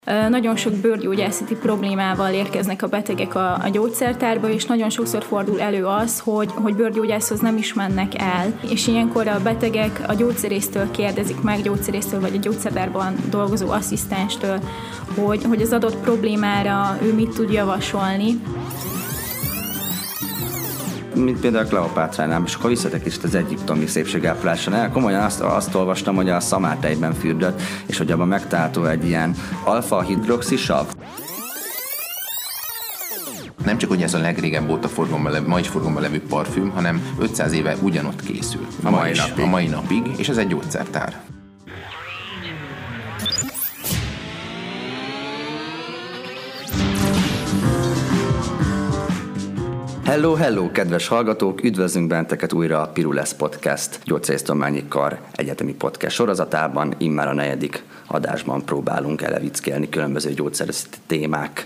Nagyon sok bőrgyógyászati problémával érkeznek a betegek a gyógyszertárba, és nagyon sokszor fordul elő az, hogy bőrgyógyászhoz nem is mennek el, és ilyenkor a betegek a gyógyszerésztől kérdezik meg, gyógyszerésztől vagy a gyógyszertárban dolgozó asszisztenstől, hogy az adott problémára ő mit tud javasolni. Mint például a Kleopátránál, és akkor visszatek is az egyiptomi szépségápolásra. Komolyan azt olvastam, hogy a szamártejben fürdött, és hogy abban megtalálható egy ilyen alfa-hidroxisav. Nem csak, hogy ez a legrégebb óta ma is forgalomban levő parfüm, hanem 500 éve ugyanott készül. A mai napig, és ez egy gyógyszertár. Hello, kedves hallgatók! Üdvözlünk benneteket újra a Pirulesz Podcast, gyógyszerésztudományi kar egyetemi podcast sorozatában. Immár a 4. adásban próbálunk elevickélni különböző gyógyszerészeti témák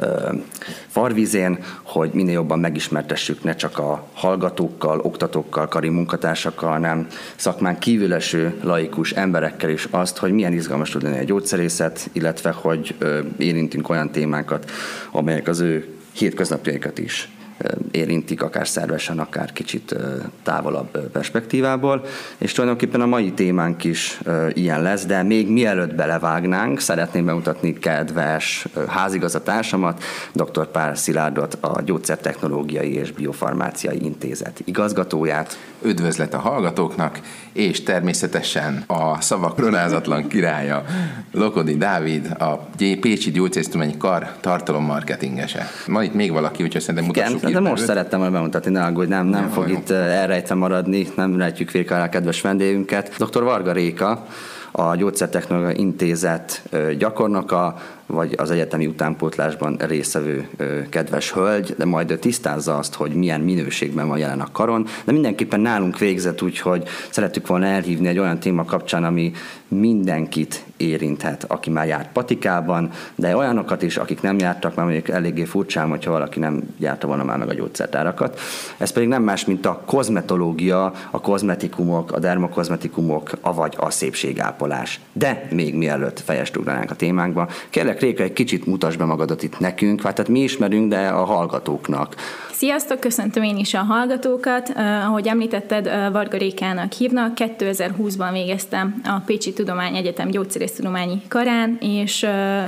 farvízén, hogy minél jobban megismertessük ne csak a hallgatókkal, oktatókkal, kari munkatársakkal, hanem szakmán kívüleső laikus emberekkel is azt, hogy milyen izgalmas tud lenni a gyógyszerészet, illetve hogy érintünk olyan témákat, amelyek az ő hétköznapjaikat is érintik, akár szervesen, akár kicsit távolabb perspektívából, és tulajdonképpen a mai témánk is ilyen lesz, de még mielőtt belevágnánk, szeretném bemutatni kedves házigazdatársamat, dr. Pál Szilárdot, a Gyógyszertechnológiai és Biofarmáciai Intézet igazgatóját. Üdvözlet a hallgatóknak, és természetesen a szavak kronázatlan királya, Lokodi Dávid, a Pécsi Gyógyszerésztudományi Kar tartalommarketingese. Van itt még valaki, úgyhogy szerintem mutassuk. De most szerettem volna bemutatni, ne aggódj, nem fog itt elrejtve maradni, nem rejtjük véka alá kedves vendégünket. Dr. Varga Réka, a Gyógyszertechnológiai Intézet gyakornoka, vagy az egyetemi utánpótlásban résztvevő kedves hölgy, de majd tisztázza azt, hogy milyen minőségben van jelen a karon, de mindenképpen nálunk végzett, úgyhogy szerettük volna elhívni egy olyan téma kapcsán, ami mindenkit érinthet, aki már járt patikában, de olyanokat is, akik nem jártak, mert mondjuk eléggé furcsán, hogyha valaki nem járta volna már meg a gyógyszertárakat. Ez pedig nem más, mint a kozmetológia, a kozmetikumok, a dermokozmetikumok, avagy a szépségápolás. De még mielőtt fejest ugranánk a témánkba, kérlek Réka, egy kicsit mutasd be magadat itt nekünk, tehát mi ismerünk, de a hallgatóknak. Sziasztok, köszöntöm én is a hallgatókat. Ahogy említetted, Varga Rékának hívnak. 2020-ban végeztem a Pécsi Tudományegyetem Gyógyszerésztudományi Karán, és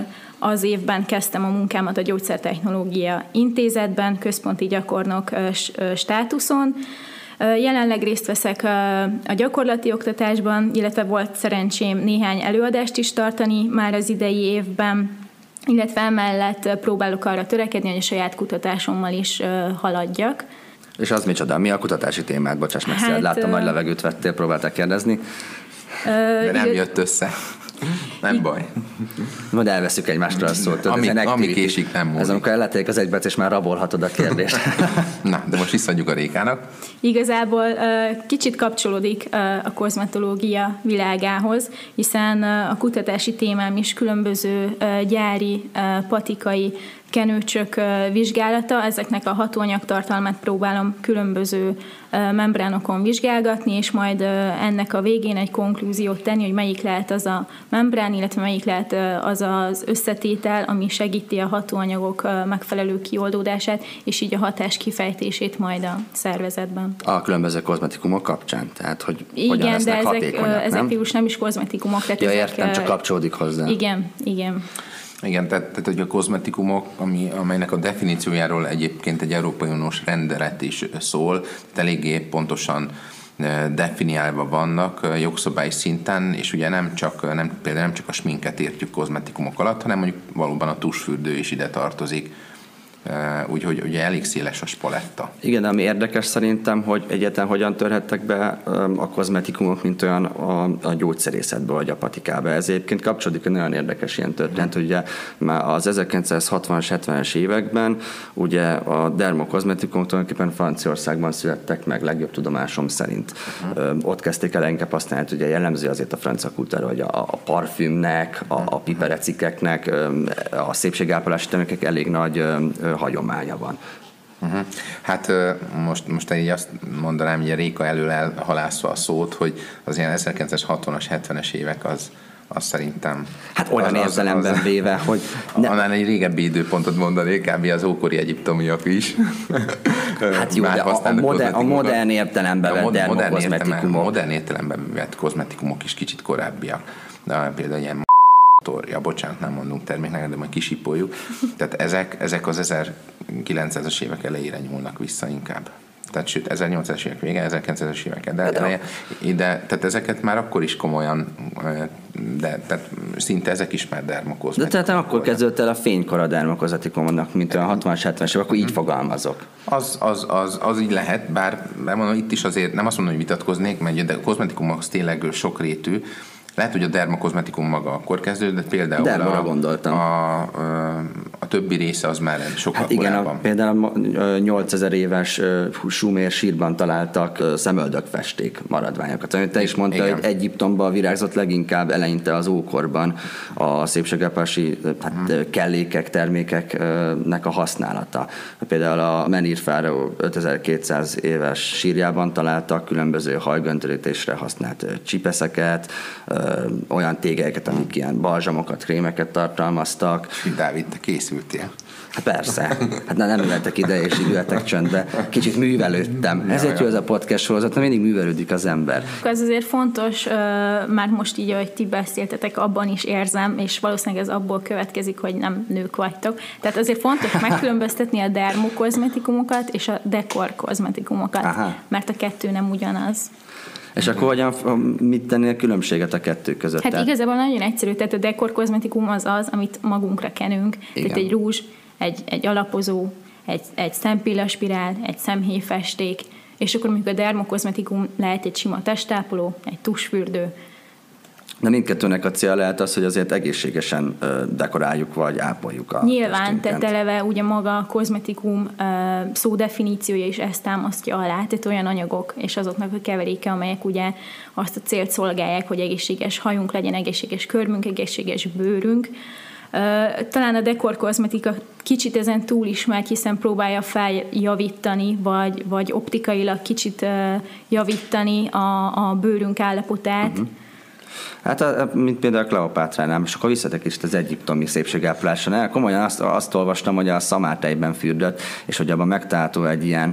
az évben kezdtem a munkámat a Gyógyszertechnológia Intézetben, központi gyakornok státuszon. Jelenleg részt veszek a gyakorlati oktatásban, illetve volt szerencsém néhány előadást is tartani már az idei évben, illetve emellett próbálok arra törekedni, hogy a saját kutatásommal is haladjak. És az micsoda? Mi a kutatási témád? Bocsáss meg, szépen, láttam, nagy levegőt vettél, próbáltál kérdezni. De nem jött össze. Nem baj. Majd elveszük egymástól a szót. Ami késik, nem múlik. Ez amikor ellették az egybe, és már rabolhatod a kérdést. Na, de most visszaadjuk a Rékának. Igazából kicsit kapcsolódik a kozmetológia világához, hiszen a kutatási témám is különböző gyári, patikai kenőcsök vizsgálata, ezeknek a hatóanyagtartalmát próbálom különböző membránokon vizsgálgatni, és majd ennek a végén egy konklúziót tenni, hogy melyik lehet az a membrán, illetve melyik lehet az az összetétel, ami segíti a hatóanyagok megfelelő kioldódását, és így a hatás kifejtését majd a szervezetben. A különböző kozmetikumok kapcsán? Tehát, hogy igen, de ezek végülis nem is kozmetikumok. Tehát értem, csak kapcsolódik hozzá. Igen. Igen, tehát hogy a kozmetikumok, amelynek a definíciójáról egyébként egy Európai Uniós rendelet is szól, tehát eléggé pontosan definiálva vannak jogszabályi szinten, és ugye például nem csak a sminket értjük kozmetikumok alatt, hanem mondjuk valóban a tusfürdő is ide tartozik. Úgyhogy ugye elég széles a spaletta. Igen, ami érdekes szerintem, hogy egyáltalán hogyan törhettek be a kozmetikumok, mint olyan a gyógyszerészetbe vagy a patikába. Ez egyébként kapcsolódik egy nagyon érdekes ilyen történet, ugye már az 1960-as, 70-es években ugye a dermokozmetikumok tulajdonképpen Franciaországban születtek meg, legjobb tudomásom szerint. Ott kezdték el inkább használni, ugye jellemző azért a francia kultúra, hogy a parfümnek, a piperecikeknek, a szépségápolási termékek elég nagy hagyománya van. Hát most így azt mondanám, hogy a Réka elől elhalászva a szót, hogy az ilyen 1960-as, 70-es évek az szerintem... Hát olyan értelemben véve, hogy... Annál egy régebbi időpontot mondanék, kb. Az ókori egyiptomiak is. Hát jó, de a modern értelemben vett dermokozmetikumok. Modern értelemben vett kozmetikumok is kicsit korábbiak. Például ilyen bocsánat, nem mondunk terméknek, de majd kisipoljuk. Tehát ezek az 1900-as évek elejére nyúlnak vissza inkább. Tehát sőt, 1800-es évek vége, 1900-es évek eleje, tehát ezeket már akkor is komolyan, de tehát szinte ezek is már dermokozmetikumok. De tehát akkor kezdődött el a fénykor a dermokozmetikumnak, mint a 60-as, 70-es évek, akkor így fogalmazok. Az így lehet, bár mondom, itt is azért nem azt mondom, hogy vitatkoznék, mert a kozmetikum az tényleg sokrétű. Lehet, hogy a dermokozmetikum maga akkor kezdődött, de például a többi része az már sokkal korábban. Igen, például 8000 éves Sumér sírban találtak szemöldökfesték maradványokat. Amit te is mondta, hogy Egyiptomban virágzott leginkább eleinte az ókorban a szépségápolási kellékek, termékeknek a használata. Például a Menir fáraó 5200 éves sírjában találtak különböző hajgöntörítésre használt csipeszeket, olyan tégelyeket, amik ilyen balzsamokat, krémeket tartalmaztak. Dávid, te készültél? Hát persze. Hát nem ülhetek ide, és így ülhetek csöndbe. Kicsit művelődtem. Ezért jó ez a podcast sorozat, mert mindig művelődik az ember. Ez azért fontos, már most így, ahogy ti beszéltetek, abban is érzem, és valószínűleg ez abból következik, hogy nem nők vagytok. Tehát azért fontos megkülönböztetni a dermokozmetikumokat és a dekorkozmetikumokat, mert a kettő nem ugyanaz. És akkor hogyan, mit tennél különbséget a kettő között? Hát igazából nagyon egyszerű, tehát a dekorkozmetikum az, amit magunkra kenünk. Igen. Tehát egy rúzs, egy alapozó, egy szempillaspirál, egy szemhéjfesték, és akkor mondjuk a dermokozmetikum lehet egy sima testápoló, egy tusfürdő. De mindkettőnek a cél lehet az, hogy azért egészségesen dekoráljuk, vagy ápoljuk a nyilván, tehát eleve ugye maga a kozmetikum szó definíciója is ezt támasztja alá, tehát olyan anyagok és azoknak a keveréke, amelyek ugye azt a célt szolgálják, hogy egészséges hajunk legyen, egészséges körmünk, egészséges bőrünk. Talán a dekorkozmetika kicsit ezen túl is megy, hiszen próbálja feljavítani, vagy optikailag kicsit javítani a bőrünk állapotát. Hát, mint például a Kleopátránál, és akkor visszatek is az egyiptomi szépségápolásra. Komolyan azt olvastam, hogy a szamártejben fürdött, és hogy abban megtalálható egy ilyen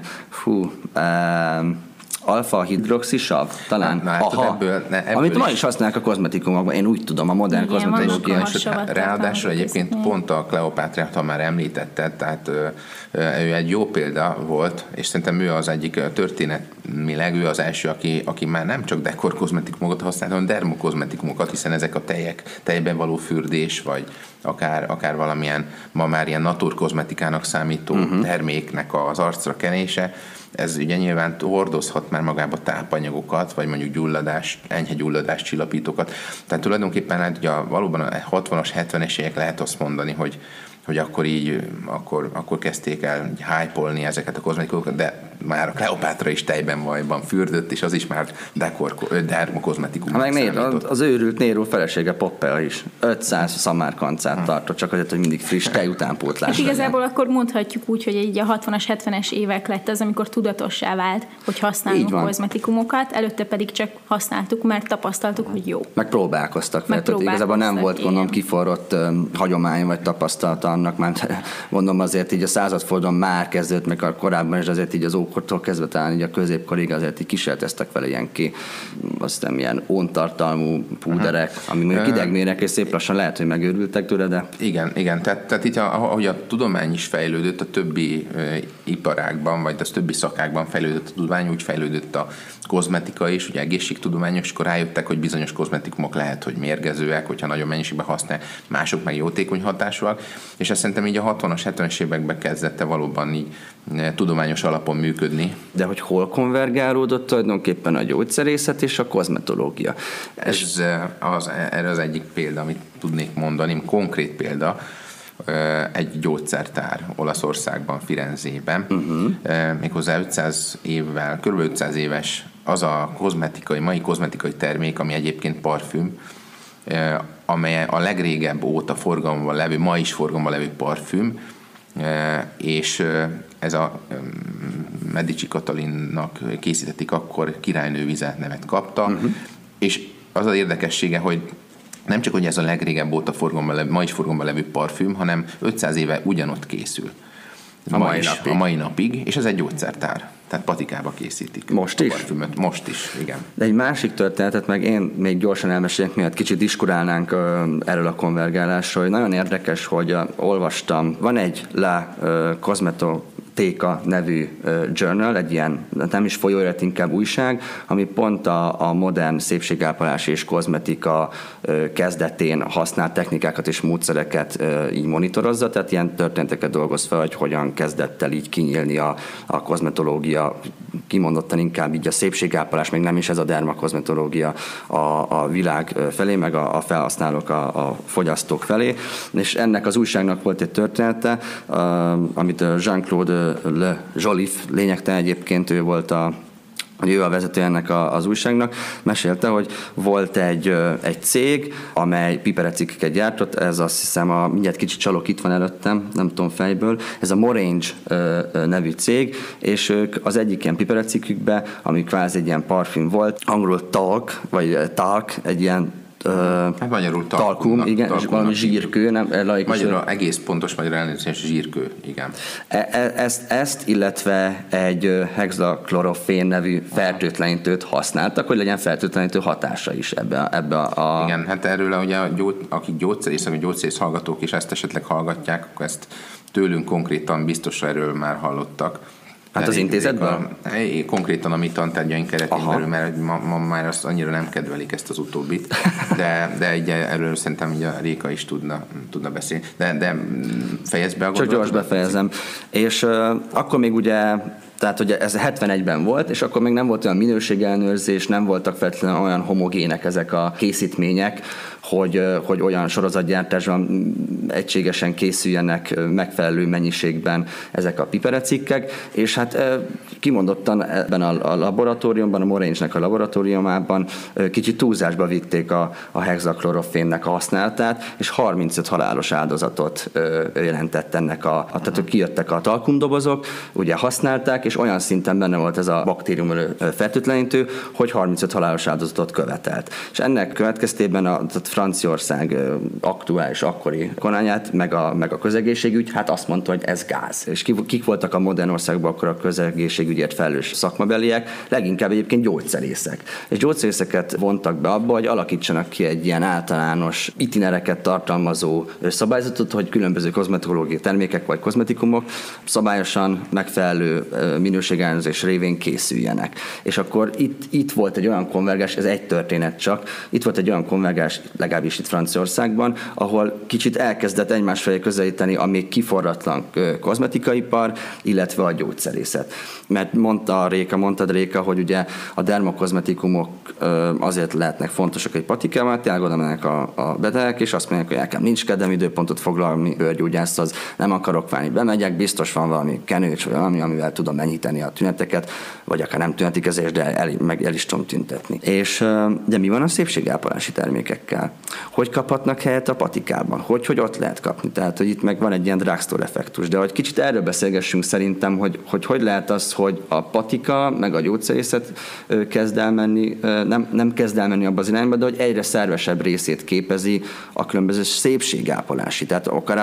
alfa-hidroxisav, talán. Amit ma is használják a kozmetikumokban, én úgy tudom, a modern kozmetológia. Ráadásul egyébként pont a Kleopátrát, ha már említetted, tehát ő egy jó példa volt, és szerintem ő az egyik történetmileg, ő az első, aki már nem csak dekorkozmetikumokat használt, hanem dermokozmetikumokat, hiszen ezek a tejben való fürdés, vagy akár valamilyen ma már ilyen naturkozmetikának számító terméknek az arcra kenése, ez ugye nyilván hordozhat már magába tápanyagokat, vagy mondjuk enyhe gyulladás csillapítókat. Tehát tulajdonképpen hát ugye valóban a 60-as, 70-es évek lehet azt mondani, hogy akkor kezdték el hype-olni ezeket a kozmetikumokat, de már a Kleopátra is tejben vajban fürdött, és az is már dermokozmetikumnak számított. Az őrült Néró felesége Poppea is 500 szamárkancát tartott, csak azért, hogy mindig friss tej utánpótlás. Hát igazából akkor mondhatjuk úgy, hogy így a 60-as, 70-es évek lett az, amikor tudatossá vált, hogy használunk kozmetikumokat, előtte pedig csak használtuk, mert tapasztaltuk, hogy jó. Megpróbálkoztak. Igazából nem volt, gondolom, kiforrott hagyomány vagy tapasztalata annak, mert mondom azért így a századfordulón már kezdődött, meg korábban is azért így az ókortól kezdve talán így a középkorig azért így kísérleteztek vele ilyen aztán ilyen óntartalmú púderek, ami mondjuk idegmérek, és szép lassan lehet, hogy megőrültek tőle, de... Igen. Tehát így, ahogy a tudomány is fejlődött, a többi iparágban, vagy az többi szakákban fejlődött a tudomány, úgy fejlődött a kozmetika is, ugye egészségtudományos, és akkor rájöttek, hogy bizonyos kozmetikumok lehet, hogy mérgezőek, hogyha nagyon mennyiségben használják, mások meg jótékony hatásúak, és ezt szerintem így a 60-as, 70-es években kezdette valóban így tudományos alapon működni. De hogy hol konvergálódott tulajdonképpen a gyógyszerészet és a kozmetológia? Erre az egyik példa, amit tudnék mondani, konkrét példa, egy gyógyszertár Olaszországban, Firenzében, méghozzá 500 évvel, kb. 500 éves az a mai kozmetikai termék, ami egyébként parfüm, amely a legrégebb óta forgalomban levő, ma is forgalomban levő parfüm, és ez a Medici Katalinnak készítették, akkor királynővize nevet kapta, és az az érdekessége, hogy nem csak, hogy ez a legrégebb óta ma is forgalomban levő parfüm, hanem 500 éve ugyanott készül. A mai napig, és ez egy gyógyszertár. Tehát patikába készítik. Most is? Parfümöt. Most is, igen. De egy másik történetet meg én még gyorsan elmesélek, miatt kicsit diskurálnánk erről a konvergálásról. Nagyon érdekes, hogy olvastam, van egy La Cosmetoteca nevű journal, egy ilyen, nem is folyóirat, inkább újság, ami pont a modern szépségápolás és kozmetika kezdetén használt technikákat és módszereket így monitorozza, tehát ilyen történeteket dolgoz fel, hogy hogyan kezdett el így kinyílni a kozmetológia, kimondottan inkább így a szépségápolás, még nem is ez a dermakozmetológia a világ felé, meg a felhasználók, a fogyasztók felé. És ennek az újságnak volt egy története, amit Jean-Claude Le Joliffe, lényegtelen egyébként, ő volt hogy ő a vezető ennek az újságnak, mesélte, hogy volt egy cég, amely piperecikket gyártott, ez azt hiszem, mindjárt kicsit csalok, itt van előttem, nem tudom fejből, ez a Morange nevű cég, és ők az egyik ilyen piperecikükbe, ami kvázi egy ilyen parfüm volt, angolul talc, vagy talc, egy ilyen hát magyarul talkum, igen, és valami zsírkő, nem? Magyarul, egész pontos magyar elnézés, zsírkő, igen. Ezt, illetve egy hexaklorofén nevű fertőtlenítőt használtak, hogy legyen fertőtlenítő hatása is ebbe a... Igen, hát erről ugye akik gyógyszerészek, vagy gyógyszerész hallgatók is ezt esetleg hallgatják, akkor ezt tőlünk konkrétan biztosan erről már hallottak. Hát az intézetben? Konkrétan a mi tantárgyaink keretén belül, mert ma már azt annyira nem kedvelik ezt az utóbbit, de erről szerintem ugye a Réka is tudna beszélni. De fejezd be a gondolatot. Csak gyors befejezem. És akkor még ugye, tehát ugye ez 71-ben volt, és akkor még nem volt olyan minőségellenőrzés, nem voltak feltétlenül olyan homogének ezek a készítmények, hogy olyan sorozatgyártásban egységesen készüljenek megfelelő mennyiségben ezek a piperecikkek, és hát kimondottan ebben a laboratóriumban, a Morange-nek a laboratóriumában kicsit túlzásba vitték a hexaklorofénnek a használatát, és 35 halálos áldozatot jelentett ennek tehát kijöttek a talkumdobozok, ugye használták, és olyan szinten benne volt ez a baktériumölő fertőtlenítő, hogy 35 halálos áldozatot követelt. És ennek következtében Franciaország aktuális akkori kormányát, meg a közegészségügy, hát azt mondta, hogy ez gáz. És kik voltak a modern országban akkor a közegészségügyért felelős szakmabeliek? Leginkább egyébként gyógyszerészek. És gyógyszerészeket vontak be abba, hogy alakítsanak ki egy ilyen általános itinereket tartalmazó szabályzatot, hogy különböző kozmetológiai termékek vagy kozmetikumok szabályosan megfelelő minőségellenőrzés révén készüljenek. És akkor itt volt egy olyan konvergás, ez egy történet csak, itt volt egy olyan konvergás, legalábbis itt Franciaországban, ahol kicsit elkezdett egymás felé közelíteni a még kiforratlan kozmetikaipar, illetve a gyógyszerészet. Mert mondtad Réka, hogy ugye a dermakozmetikumok azért lehetnek fontosak egy patikában, tényleg oda mennek a betegek, és azt mondják, hogy nekem nincs kedvem időpontot foglalni bőrgyógyászhoz, nem akarok válni, bemegyek, biztos van valami kenőcs, vagy valami, amivel tudom enyhíteni a tüneteket, vagy akár nem tünetikezés, de el is tudom tüntetni. És de mi van a szépségápolási termékekkel? Hogy kaphatnak helyet a patikában? Hogy ott lehet kapni? Tehát, hogy itt meg van egy ilyen drugstore effektus, de hogy kicsit erről beszélgessünk szerintem, hogy lehet az, hogy a patika, meg a gyógyszerészet kezd el menni, nem kezd el menni abba az irányba, de hogy egyre szervesebb részét képezi a különböző szépségápolási, tehát akár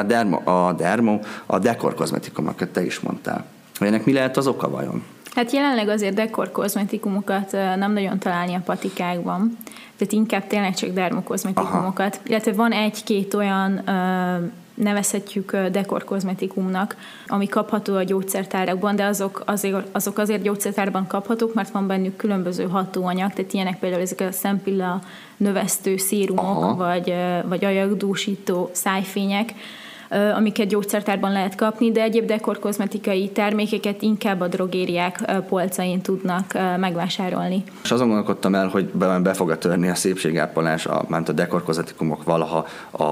a dekorkozmetikumokat te is mondtál. Hogy ennek mi lehet az oka vajon? Hát jelenleg azért dekorkozmetikumokat nem nagyon találni a patikákban, tehát inkább tényleg csak dermokozmetikumokat, illetve van egy-két olyan nevezhetjük dekorkozmetikumnak, ami kapható a gyógyszertárakban, de azok azért gyógyszertárban kaphatók, mert van bennük különböző hatóanyag, tehát ilyenek például ezek a szempilla növesztő szérumok, vagy ajakdúsító szájfények, amiket gyógyszertárban lehet kapni, de egyéb dekorkozmetikai termékeket inkább a drogériák polcain tudnak megvásárolni. És azon gondolkodtam el, hogy be fog törni a szépségápolás, mármint a dekorkozmetikumok valaha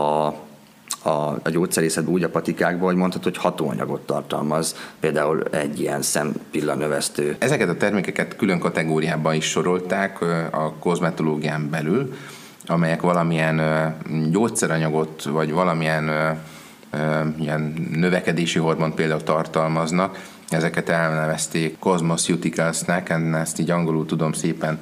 a gyógyszerészetben, úgy a patikákban, hogy mondhatod, hogy hatóanyagot tartalmaz, például egy ilyen szempillanövesztő. Ezeket a termékeket külön kategóriában is sorolták a kozmetológián belül, amelyek valamilyen gyógyszeranyagot, vagy valamilyen ilyen növekedési hormont például tartalmaznak. Ezeket elnevezték cosmeceuticalsnak, ezt így angolul tudom szépen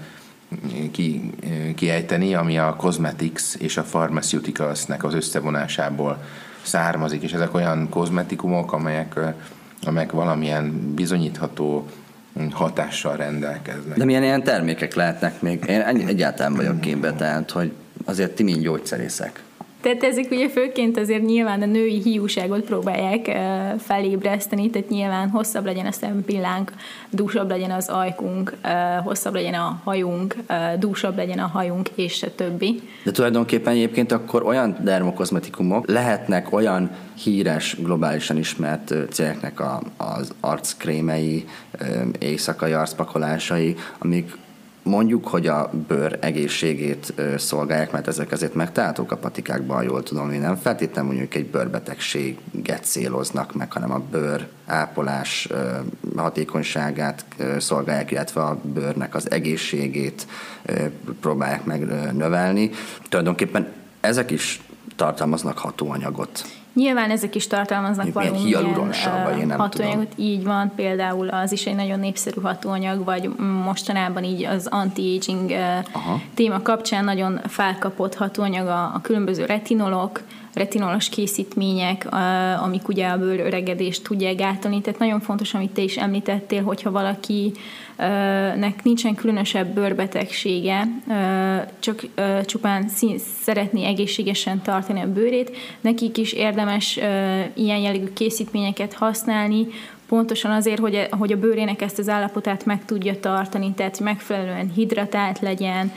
kiejteni, ami a cosmetics és a pharmaceuticals-nek az összevonásából származik, és ezek olyan kozmetikumok, amelyek valamilyen bizonyítható hatással rendelkeznek. De milyen ilyen termékek lehetnek még? Én egyáltalán vagyok képbe, tehát, hogy azért ti mind gyógyszerészek. Tehát ezek ugye főként azért nyilván a női hiúságot próbálják felébreszteni, tehát nyilván hosszabb legyen a szempillánk, dúsabb legyen az ajkunk, hosszabb legyen a hajunk, dúsabb legyen a hajunk, és a többi. De tulajdonképpen egyébként akkor olyan dermokozmetikumok lehetnek olyan híres, globálisan ismert cégeknek az arckrémei, éjszakai arcpakolásai, amik mondjuk, hogy a bőr egészségét szolgálják, mert ezek azért megtalálhatók a patikákban, jól tudom, hogy nem feltétlenül mondjuk egy bőrbetegséget céloznak meg, hanem a bőr ápolás hatékonyságát szolgálják, illetve a bőrnek az egészségét próbálják meg növelni. Tulajdonképpen ezek is tartalmaznak hatóanyagot. Nyilván ezek is tartalmaznak valamilyen hatóanyagot, így van, például az is egy nagyon népszerű hatóanyag, vagy mostanában így az anti-aging téma kapcsán nagyon felkapott hatóanyag a különböző retinolos készítmények, amik ugye a bőr öregedést tudják gátolni. Tehát nagyon fontos, amit te is említettél, hogyha valakinek nincsen különösebb bőrbetegsége, csak csupán szeretné egészségesen tartani a bőrét, nekik is érdemes ilyen jellegű készítményeket használni, pontosan azért, hogy a bőrének ezt az állapotát meg tudja tartani, tehát megfelelően hidratált legyen,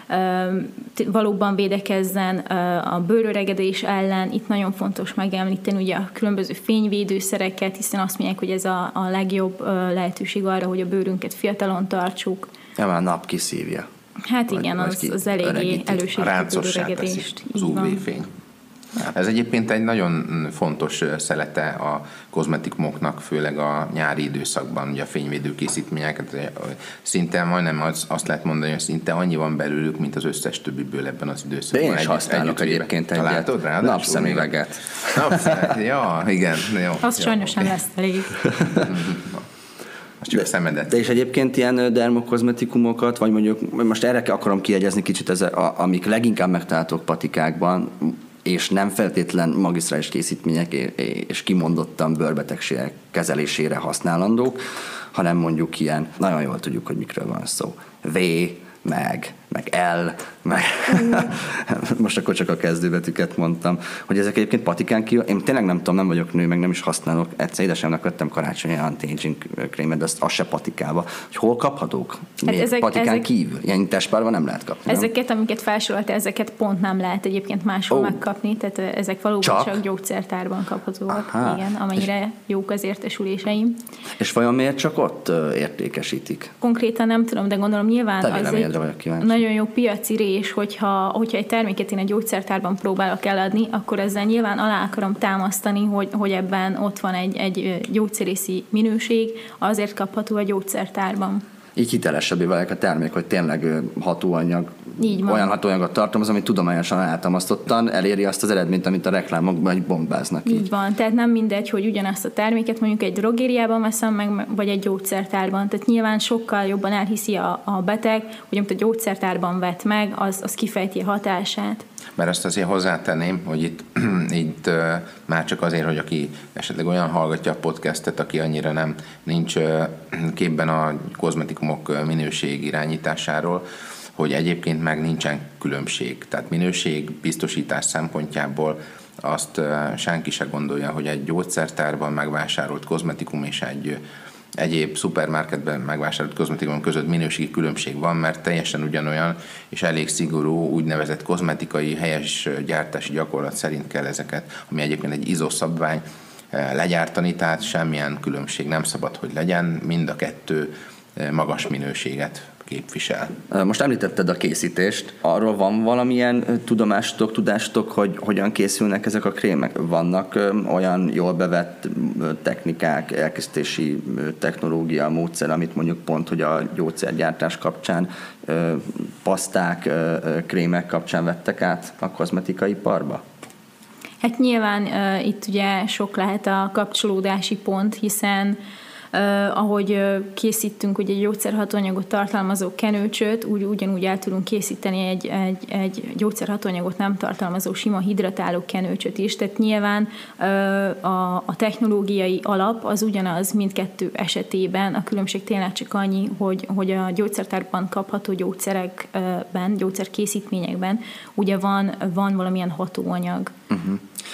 valóban védekezzen a bőröregedés ellen. Itt nagyon fontos megemlíteni ugye a különböző fényvédőszereket, hiszen azt mondják, hogy ez a legjobb lehetőség arra, hogy a bőrünket fiatalon tartsuk. Ja, már a nap kiszívja. Hát igen, az eléggé elősegíti a bőröregedést. Az UV-fény. Ez egyébként egy nagyon fontos szelete a kozmetikumoknak, főleg a nyári időszakban, ugye a fényvédő készítményeket, szinte majdnem azt lehet mondani, hogy szinte annyi van belőlük, mint az összes többiből ebben az időszakban. De én is használok egyébként egyet. Napszemüveget. Ja, igen. Jó, az sajnos nem lesz elég. Most csak a szemedet. De és egyébként ilyen dermokozmetikumokat, vagy mondjuk, most erre akarom kiegyezni kicsit, amik leginkább megtalálhatók patikákban, és nem feltétlen magisztrális készítmények és kimondottan bőrbetegségek kezelésére használandók, hanem mondjuk ilyen, nagyon jól tudjuk, hogy mikről van szó. V, meg L, meg most akkor csak a kezdőbetűket mondtam, hogy ezek egyébként patikán kívül, én tényleg nem tudom, nem vagyok nő, meg nem is használok, egyszer édesemnek vettem karácsonyi anti-aging krémet, de az se patikába, hogy hol kaphatók? Hát patikán kívül? Ilyen testpárban nem lehet kapni. Ezeket, nem? Amiket felsoroltál, ezeket pont nem lehet egyébként máshol megkapni, tehát ezek valóban csak gyógyszertárban kaphatóak, igen, amennyire jók az értesüléseim. És vajon miért csak ott értékesítik? Konkrétan nem tudom, de gondolom nyilván az egy nagyon jó piaci rés, hogyha egy terméket én egy gyógyszertárban próbálok eladni, akkor ezzel nyilván alá akarom támasztani, hogy ebben ott van egy gyógyszerészi minőség, azért kapható a gyógyszertárban. Így hitelesebbé válik a termék, hogy tényleg hatóanyag, olyan hatóanyagot tartalmaz, ami tudományosan alátámasztottan eléri azt az eredményt, amit a reklámokban bombáznak. Így van, tehát nem mindegy, hogy ugyanazt a terméket mondjuk egy drogériában veszem meg, vagy egy gyógyszertárban. Tehát nyilván sokkal jobban elhiszi a beteg, hogy amit a gyógyszertárban vett meg, az kifejti a hatását. Mert azt azért hozzátenném, hogy itt már csak azért, hogy aki esetleg olyan hallgatja a podcastet, aki annyira nincs képben a kozmetikumok minőség irányításáról, hogy egyébként meg nincsen különbség. Tehát minőség biztosítás szempontjából azt senki se gondolja, hogy egy gyógyszertárban megvásárolt kozmetikum és egy egyéb szupermarketben megvásárolt kozmetikum között minőségi különbség van, mert teljesen ugyanolyan és elég szigorú úgynevezett kozmetikai helyes gyártási gyakorlat szerint kell ezeket, ami egyébként egy ISO szabvány, legyártani, tehát semmilyen különbség nem szabad, hogy legyen, mind a kettő magas minőséget képvisel. Most említetted a készítést. Arról van valamilyen tudástotok, hogy hogyan készülnek ezek a krémek? Vannak olyan jól bevett technikák, elkészítési technológia, módszer, amit mondjuk pont, hogy a gyógyszergyártás kapcsán paszták, krémek kapcsán vettek át a kozmetikai iparba? Hát nyilván itt ugye sok lehet a kapcsolódási pont, hiszen Ahogy készítünk ugye egy gyógyszerhatóanyagot tartalmazó kenőcsöt, ugyanúgy el tudunk készíteni egy gyógyszerhatóanyagot nem tartalmazó sima hidratáló kenőcsöt is, tehát nyilván a technológiai alap az ugyanaz mindkettő esetében, a különbség tényleg csak annyi, hogy a gyógyszertárban kapható gyógyszerekben, gyógyszerkészítményekben ugye van valamilyen hatóanyag. Uh-huh.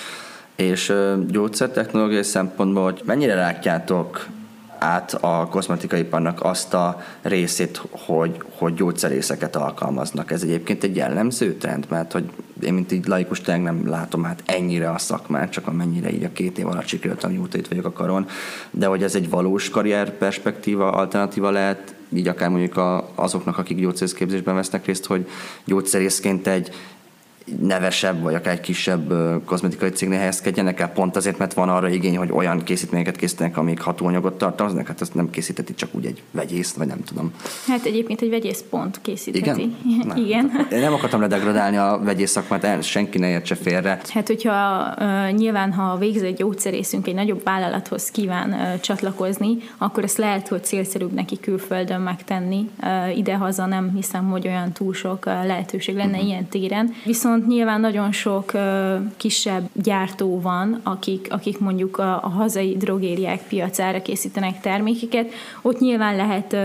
És gyógyszertechnológiai szempontból, hogy mennyire látjátok át a kozmetikaiparnak azt a részét, hogy gyógyszerészeket alkalmaznak? Ez egyébként egy jellemző trend, mert hogy én, mint így laikus, tényleg nem látom hát ennyire a szakmát, csak amennyire így a 2 év alatt sikerült, amióta itt vagyok a karon, de hogy ez egy valós karrierperspektíva, alternatíva lehet, így akár mondjuk azoknak, akik gyógyszerészképzésben vesznek részt, hogy gyógyszerészként egy nevesebb, vagy akár egy kisebb kozmetikai cégnél helyezkedjenek el, pont azért, mert van arra igény, hogy olyan készítményeket készítenek, amik hatóanyagot tartalmaznak, hát ezt nem készítheti csak úgy egy vegyész, vagy nem tudom. Hát egyébként egy vegyész pont készítheti. Igen? Igen. Én nem akartam ledegradálni a vegyész szakmát, senki ne értse félre. Hát, hogyha nyilván, ha a végzett gyógyszerészünk egy nagyobb vállalathoz kíván csatlakozni, akkor ezt lehet, hogy célszerűbb neki külföldön megtenni. Idehaza nem hiszem, hogy olyan túl sok lehetőség lenne ilyen téren. Viszont nyilván nagyon sok kisebb gyártó van, akik mondjuk a hazai drogériák piacára készítenek termékeket. Ott nyilván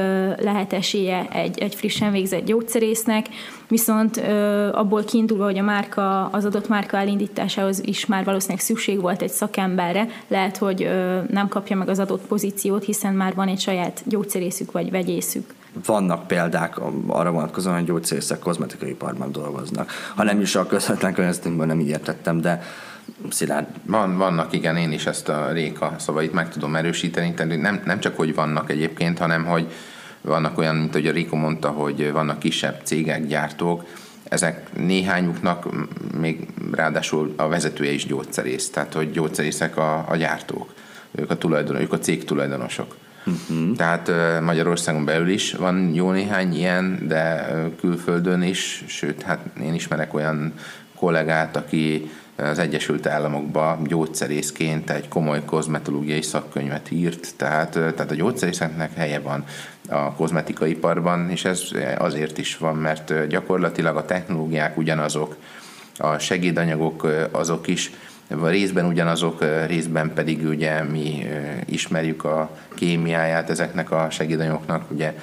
lehet esélye egy frissen végzett gyógyszerésznek, viszont abból kiindulva, hogy az adott márka elindításához is már valószínűleg szükség volt egy szakemberre, lehet, hogy nem kapja meg az adott pozíciót, hiszen már van egy saját gyógyszerészük vagy vegyészük. Vannak példák arra vonatkozóan, hogy gyógyszerészek kozmetikai iparban dolgoznak. Ha nem is a közvetlen környezetünkből, nem így értettem, de Szilárd. Vannak, igen, én is ezt a Réka szavait meg tudom erősíteni, tehát nem csak, hogy vannak egyébként, hanem, hogy vannak olyan, mint ahogy a Réka mondta, hogy vannak kisebb cégek, gyártók, ezek néhányuknak még ráadásul a vezetője is gyógyszerész, tehát hogy gyógyszerészek a gyártók, ők a cég tulajdonosok. Uh-huh. Tehát Magyarországon belül is van jó néhány ilyen, de külföldön is, sőt, hát én ismerek olyan kollégát, aki az Egyesült Államokban gyógyszerészként egy komoly kozmetológiai szakkönyvet írt, tehát a gyógyszerészeknek helye van a kozmetikaiparban, és ez azért is van, mert gyakorlatilag a technológiák ugyanazok, a segédanyagok azok is, részben ugyanazok, részben pedig ugye mi ismerjük a kémiáját ezeknek a segédanyagoknak, ugye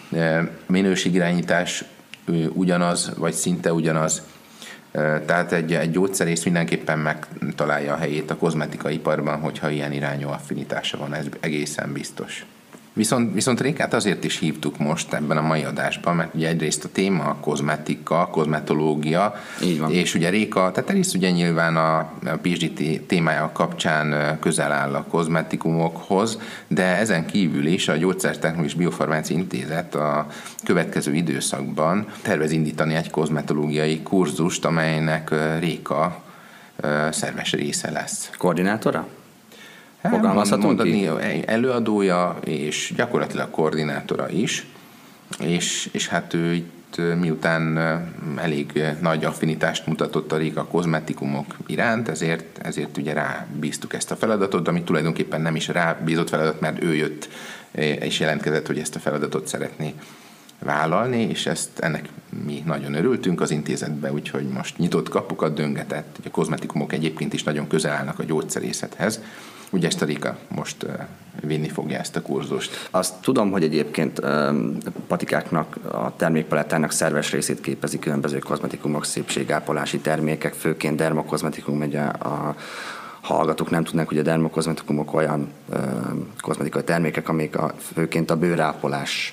minőségirányítás ugyanaz, vagy szinte ugyanaz. Tehát egy gyógyszerész mindenképpen megtalálja a helyét a kozmetikaiparban, hogyha ilyen irányú affinitása van, ez egészen biztos. Viszont Rékát azért is hívtuk most ebben a mai adásban, mert ugye egyrészt a téma a kozmetika, kozmetológia, és ugye Réka, tehát egyrészt ugye nyilván a PhD témája kapcsán közel áll a kozmetikumokhoz, de ezen kívül is a Gyógyszertechnológiai és Biofarmáciai Intézet a következő időszakban tervez indítani egy kozmetológiai kurzust, amelynek Réka szerves része lesz. Koordinátora? Fogalmazhatunk ki? Előadója és gyakorlatilag koordinátora is, és hát ő itt miután elég nagy affinitást mutatott a Réka kozmetikumok iránt, ezért ugye rábíztuk ezt a feladatot, ami tulajdonképpen nem is rábízott feladat, mert ő jött és jelentkezett, hogy ezt a feladatot szeretné vállalni, és ennek mi nagyon örültünk az intézetben, úgyhogy most nyitott kapukat döngetett, a kozmetikumok egyébként is nagyon közel állnak a gyógyszerészethez. Ugye ezt a Réka most vinni fogja ezt a kurzust. Azt tudom, hogy egyébként patikáknak, a termékpalettának szerves részét képezik különböző kozmetikumok, szépségápolási termékek, főként dermokozmetikum, ugye a hallgatók nem tudnak, hogy a dermokozmetikumok olyan kozmetikai termékek, amik főként a bőrápolást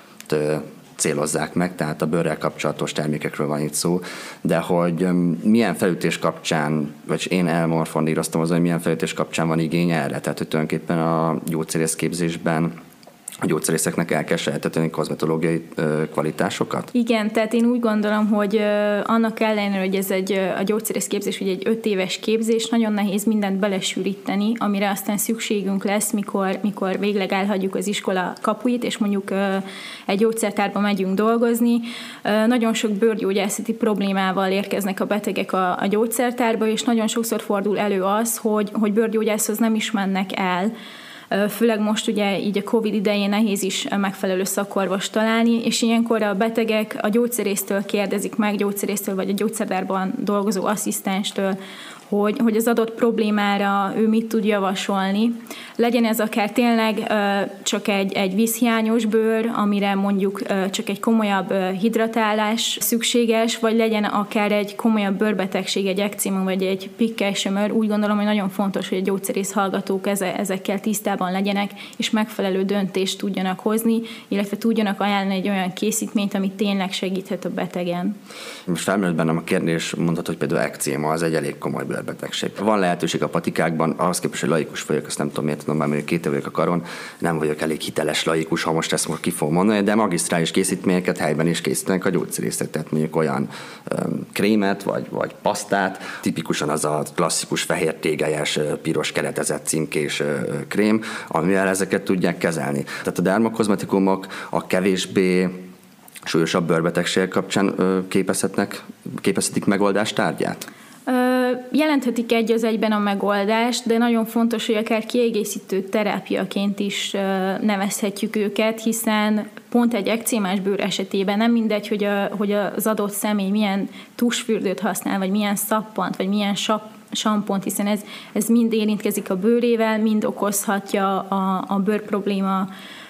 célozzák meg, tehát a bőrrel kapcsolatos termékekről van itt szó, de hogy milyen felütés kapcsán, vagy én elmorfondíroztam azon, hogy milyen felütés kapcsán van igény erre, tehát hogy tulajdonképpen a gyógyszerészképzésben a gyógyszerészeknek el kell sajátítani kozmetológiai kvalitásokat? Igen, tehát én úgy gondolom, hogy annak ellenére, hogy ez a gyógyszerészképzés ugye egy 5 éves képzés, nagyon nehéz mindent belesűríteni, amire aztán szükségünk lesz, mikor végleg elhagyjuk az iskola kapuit, és mondjuk egy gyógyszertárba megyünk dolgozni. Nagyon sok bőrgyógyászati problémával érkeznek a betegek a gyógyszertárba, és nagyon sokszor fordul elő az, hogy bőrgyógyászhoz nem is mennek el, Főleg most ugye így a Covid idején nehéz is megfelelő szakorvost találni, és ilyenkor a betegek a gyógyszerésztől kérdezik meg, gyógyszerésztől vagy a gyógyszertárban dolgozó asszisztenstől, hogy az adott problémára ő mit tud javasolni. Legyen ez akár tényleg csak egy vízhiányos bőr, amire mondjuk csak egy komolyabb hidratálás szükséges, vagy legyen akár egy komolyabb bőrbetegség, egy ekcéma vagy egy pikkely-sömör. Úgy gondolom, hogy nagyon fontos, hogy a gyógyszerész hallgatók ezekkel tisztában legyenek, és megfelelő döntést tudjanak hozni, illetve tudjanak ajánlani egy olyan készítményt, ami tényleg segíthet a betegen. Most felmerült bennem a kérdés, mondhatod, hogy például ekcéma az egy elég komoly bőrbetegség. Van lehetőség a patikákban, ahhoz képest, hogy laikus vagyok, azt nem tudom, miért tudom, már 2 vagyok a karon, nem vagyok elég hiteles laikus, ha most ezt ki fogom mondani, de magisztrális készítményeket helyben is készítenek a gyógyszerészek, tehát mondjuk olyan krémet vagy pasztát, tipikusan az a klasszikus fehér tégelyes, piros keretezett címkés krém, amivel ezeket tudják kezelni. Tehát a dermokozmetikumok a kevésbé súlyosabb bőrbetegségek kapcsán képezhetik megoldás tárgyát? Jelenthetik egy az egyben a megoldást, de nagyon fontos, hogy akár kiegészítő terápiaként is nevezhetjük őket, hiszen pont egy ekcémás bőr esetében nem mindegy, hogy az adott személy milyen tusfürdőt használ, vagy milyen szappant, vagy milyen sampont, hiszen ez mind érintkezik a bőrével, mind okozhatja a bőr probléma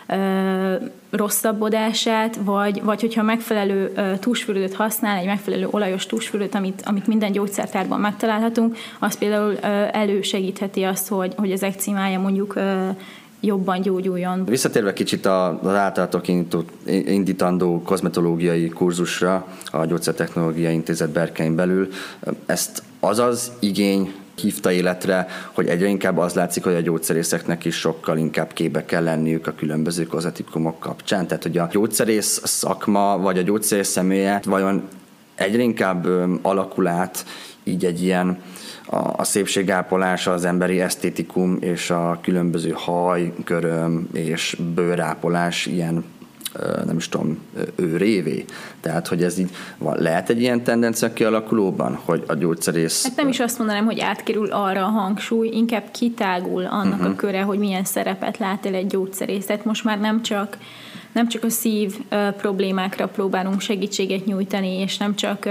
rosszabbodását, vagy hogyha megfelelő tusfürdőt használ, egy megfelelő olajos tusfürdőt, amit minden gyógyszertárban megtalálhatunk, az például elősegítheti azt, hogy az ekcémája mondjuk jobban gyógyuljon. Visszatérve kicsit az általatok indítandó kozmetológiai kurzusra a Gyógyszertechnológiai Intézet berkein belül, ezt az igény hívta életre, hogy egyre inkább az látszik, hogy a gyógyszerészeknek is sokkal inkább képbe kell lenniük a különböző kozmetikumok kapcsán. Tehát, hogy a gyógyszerész szakma, vagy a gyógyszerész személye vajon egyre inkább alakul át így egy ilyen a szépségápolása, az emberi esztétikum és a különböző haj, köröm és bőrápolás ilyen nem is tudom, őrévé. Tehát, hogy ez így van. Lehet egy ilyen tendencia kialakulóban, hogy a gyógyszerész... Hát nem is azt mondanám, hogy átkerül arra a hangsúly, inkább kitágul annak a köre, hogy milyen szerepet lát el egy gyógyszerész. Tehát most már nem csak a szív problémákra próbálunk segítséget nyújtani, és nem csak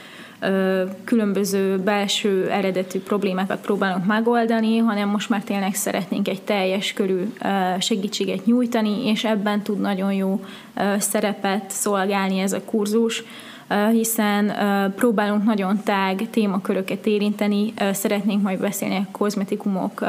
különböző belső eredetű problémákat próbálunk megoldani, hanem most már tényleg szeretnénk egy teljes körű segítséget nyújtani, és ebben tud nagyon jó szerepet szolgálni ez a kurzus, hiszen próbálunk nagyon tág témaköröket érinteni, szeretnénk majd beszélni a kozmetikumok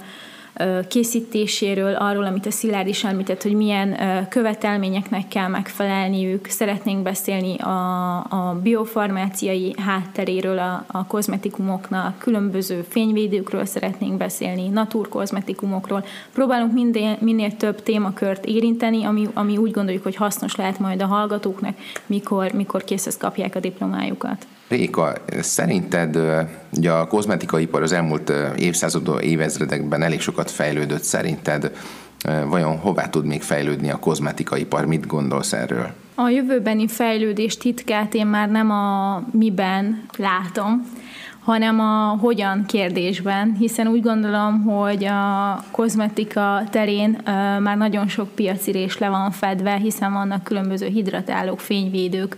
készítéséről, arról, amit a Szilárd is említett, hogy milyen követelményeknek kell megfelelniük. Szeretnénk beszélni a biofarmáciai hátteréről a kozmetikumoknak, különböző fényvédőkről szeretnénk beszélni, naturkozmetikumokról. Próbálunk minél több témakört érinteni, ami úgy gondoljuk, hogy hasznos lehet majd a hallgatóknak, mikor készhez kapják a diplomájukat. Réka, szerinted ugye a kozmetikaipar az elmúlt évszázadok, évezredekben elég sokat fejlődött, szerinted vajon hová tud még fejlődni a kozmetikaipar? Mit gondolsz erről? A jövőbeni fejlődés titkát én már nem a miben látom, hanem a hogyan kérdésben, hiszen úgy gondolom, hogy a kozmetika terén már nagyon sok piacirés le van fedve, hiszen vannak különböző hidratálók, fényvédők,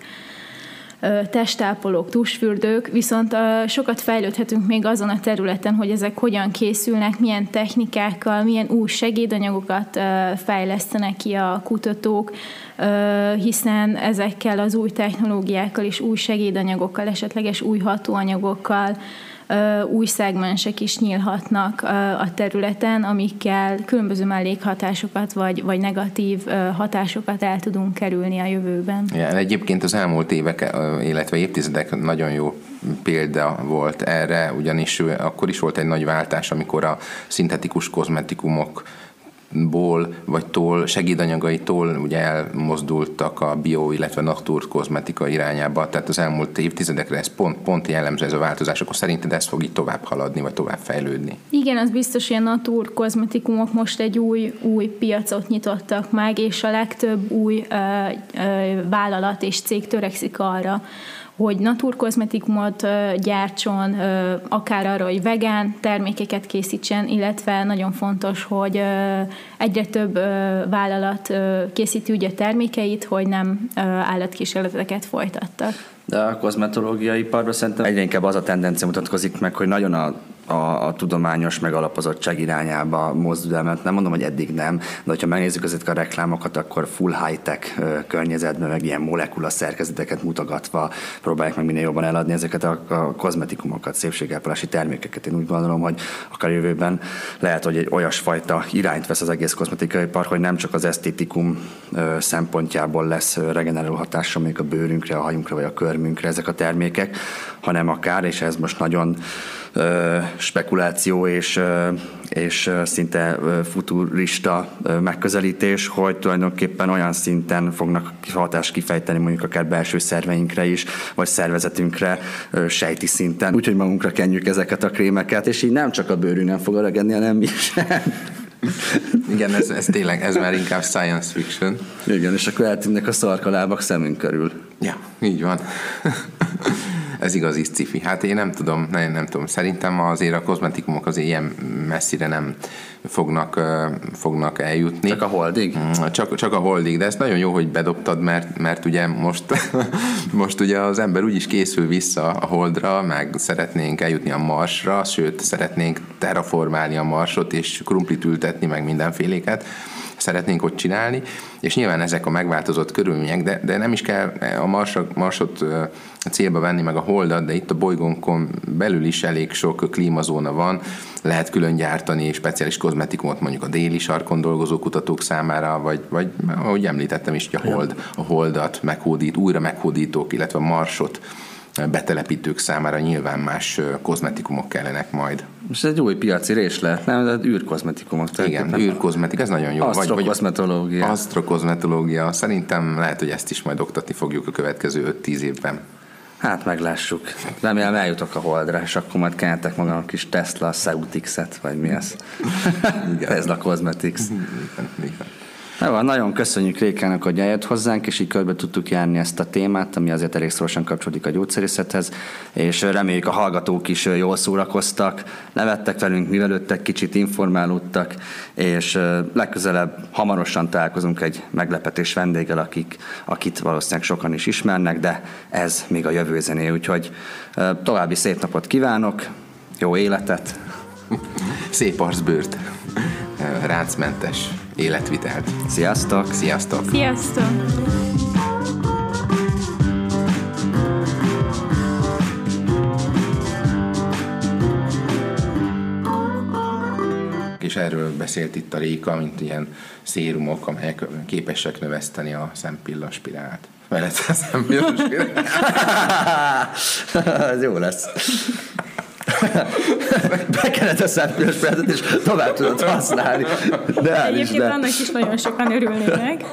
testápolók, tusfürdők, viszont sokat fejlődhetünk még azon a területen, hogy ezek hogyan készülnek, milyen technikákkal, milyen új segédanyagokat fejlesztenek ki a kutatók, hiszen ezekkel az új technológiákkal és új segédanyagokkal, esetleges új hatóanyagokkal új szegmensek is nyílhatnak a területen, amikkel különböző mellékhatásokat vagy negatív hatásokat el tudunk kerülni a jövőben. Ja, egyébként az elmúlt évek, illetve évtizedek nagyon jó példa volt erre, ugyanis akkor is volt egy nagy váltás, amikor a szintetikus kozmetikumok segédanyagaitól ugye elmozdultak a bio, illetve naturkozmetika irányába, tehát az elmúlt évtizedekre ez pont jellemző ez a változás, akkor szerinted ez fog így tovább haladni, vagy tovább fejlődni? Igen, az biztos, hogy a naturkozmetikumok most egy új piacot nyitottak meg, és a legtöbb új vállalat és cég törekszik arra, hogy naturkozmetikumot gyártson, akár arra, hogy vegán termékeket készítsen, illetve nagyon fontos, hogy egyre több vállalat készíti úgy a termékeit, hogy nem állatkísérleteket folytattak. De a kozmetológiai iparban szerintem egyre inkább az a tendencia mutatkozik meg, hogy nagyon a tudományos megalapozottság irányába mozdul el, mert nem mondom, hogy eddig nem, de hogyha megnézzük ezeket a reklámokat, akkor full high-tech környezetben, meg ilyen molekula szerkezeteket mutogatva próbálják meg minél jobban eladni ezeket a kozmetikumokat, szépségápolási termékeket. Én úgy gondolom, hogy akár jövőben lehet, hogy egy olyasfajta irányt vesz az egész kozmetikai ipar, hogy nem csak az esztétikum szempontjából lesz regeneráló hatása még a bőrünkre, a hajunkra vagy a körmünkre ezek a termékek, hanem akár, és ez most nagyon spekuláció és szinte futurista megközelítés, hogy tulajdonképpen olyan szinten fognak hatást kifejteni mondjuk akár belső szerveinkre is, vagy szervezetünkre sejti szinten. Úgyhogy magunkra kenjük ezeket a krémeket, és így nem csak a bőrünk nem fog öregedni, hanem mi sem. Igen, ez tényleg, ez már inkább science fiction. Igen, és akkor eltűnnek a szarkalábak szemünk körül. Ja, így van. Ez igazi sci-fi. Hát én nem tudom. Szerintem azért a kozmetikumok azért ilyen messzire nem fognak eljutni. Csak a holdig? Csak a holdig, de ez nagyon jó, hogy bedobtad, mert ugye most ugye az ember úgyis készül vissza a holdra, meg szeretnénk eljutni a Marsra, sőt, szeretnénk terraformálni a Marsot, és krumplit ültetni, meg mindenféléket szeretnénk ott csinálni, és nyilván ezek a megváltozott körülmények, de nem is kell a Marsot célba venni, meg a holdat, de itt a bolygónkon belül is elég sok klímazóna van, lehet külön gyártani speciális kozmetikumot mondjuk a déli sarkon dolgozó kutatók számára, vagy ahogy említettem is, hogy a holdat újra meghódítók, illetve a Marsot betelepítők számára nyilván más kozmetikumok kellenek majd. És ez egy új piaci rés lehet, nem? De űrkozmetikumok. Igen, űrkozmetik, ez nagyon jó. Asztrokozmetológia. Asztrokozmetológia. Szerintem lehet, hogy ezt is majd oktatni fogjuk a következő 5-10 évben. Hát meglássuk. Remélem eljutok a holdra, és akkor majd kentek magam a kis Tesla Ceutix-et, vagy mi ez? Tesla Cosmetics. Igen. Jó, nagyon köszönjük Rékának, hogy eljött hozzánk, és így körbe tudtuk járni ezt a témát, ami azért elég szorosan kapcsolódik a gyógyszerészethez, és reméljük a hallgatók is jól szórakoztak, nevettek velünk, mivelődtek, kicsit informálódtak, és legközelebb hamarosan találkozunk egy meglepetés vendéggel, akit valószínűleg sokan is ismernek, de ez még a jövő zené, úgyhogy további szép napot kívánok, jó életet! Szép arcbőrt, ráncmentes életvitelt. Sziasztok! Sziasztok! Sziasztok! És erről beszélt itt a Réka, mint ilyen szérumok, amelyek képesek növeszteni a szempillaspirált. Mellett a szempillaspirált. Ez jó lesz. Bekened a szempillaspirált, és tovább tudod használni. De egyébként annak is nagyon sokan örülnének.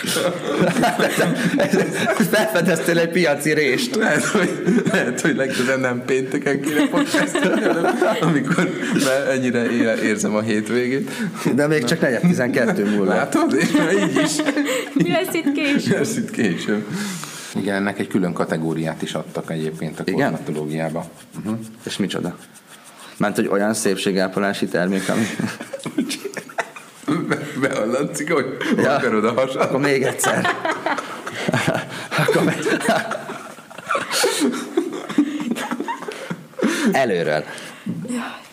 Felfedeztél egy piaci rést. Lehet, hogy legtöbben nem pénteken kéne podcastelni, amikor ennyire érzem a hétvégét. De még csak 4:12 múlva. Látod? Így is. Mi lesz itt később? Igen, ennek egy külön kategóriát is adtak egyébként a kozmetológiába. Uh-huh. És micsoda? Mert hogy olyan szépségápolási termék, ami... Behallatszik, hogy akarod a hasat. Akkor még egyszer. Előről. Jaj.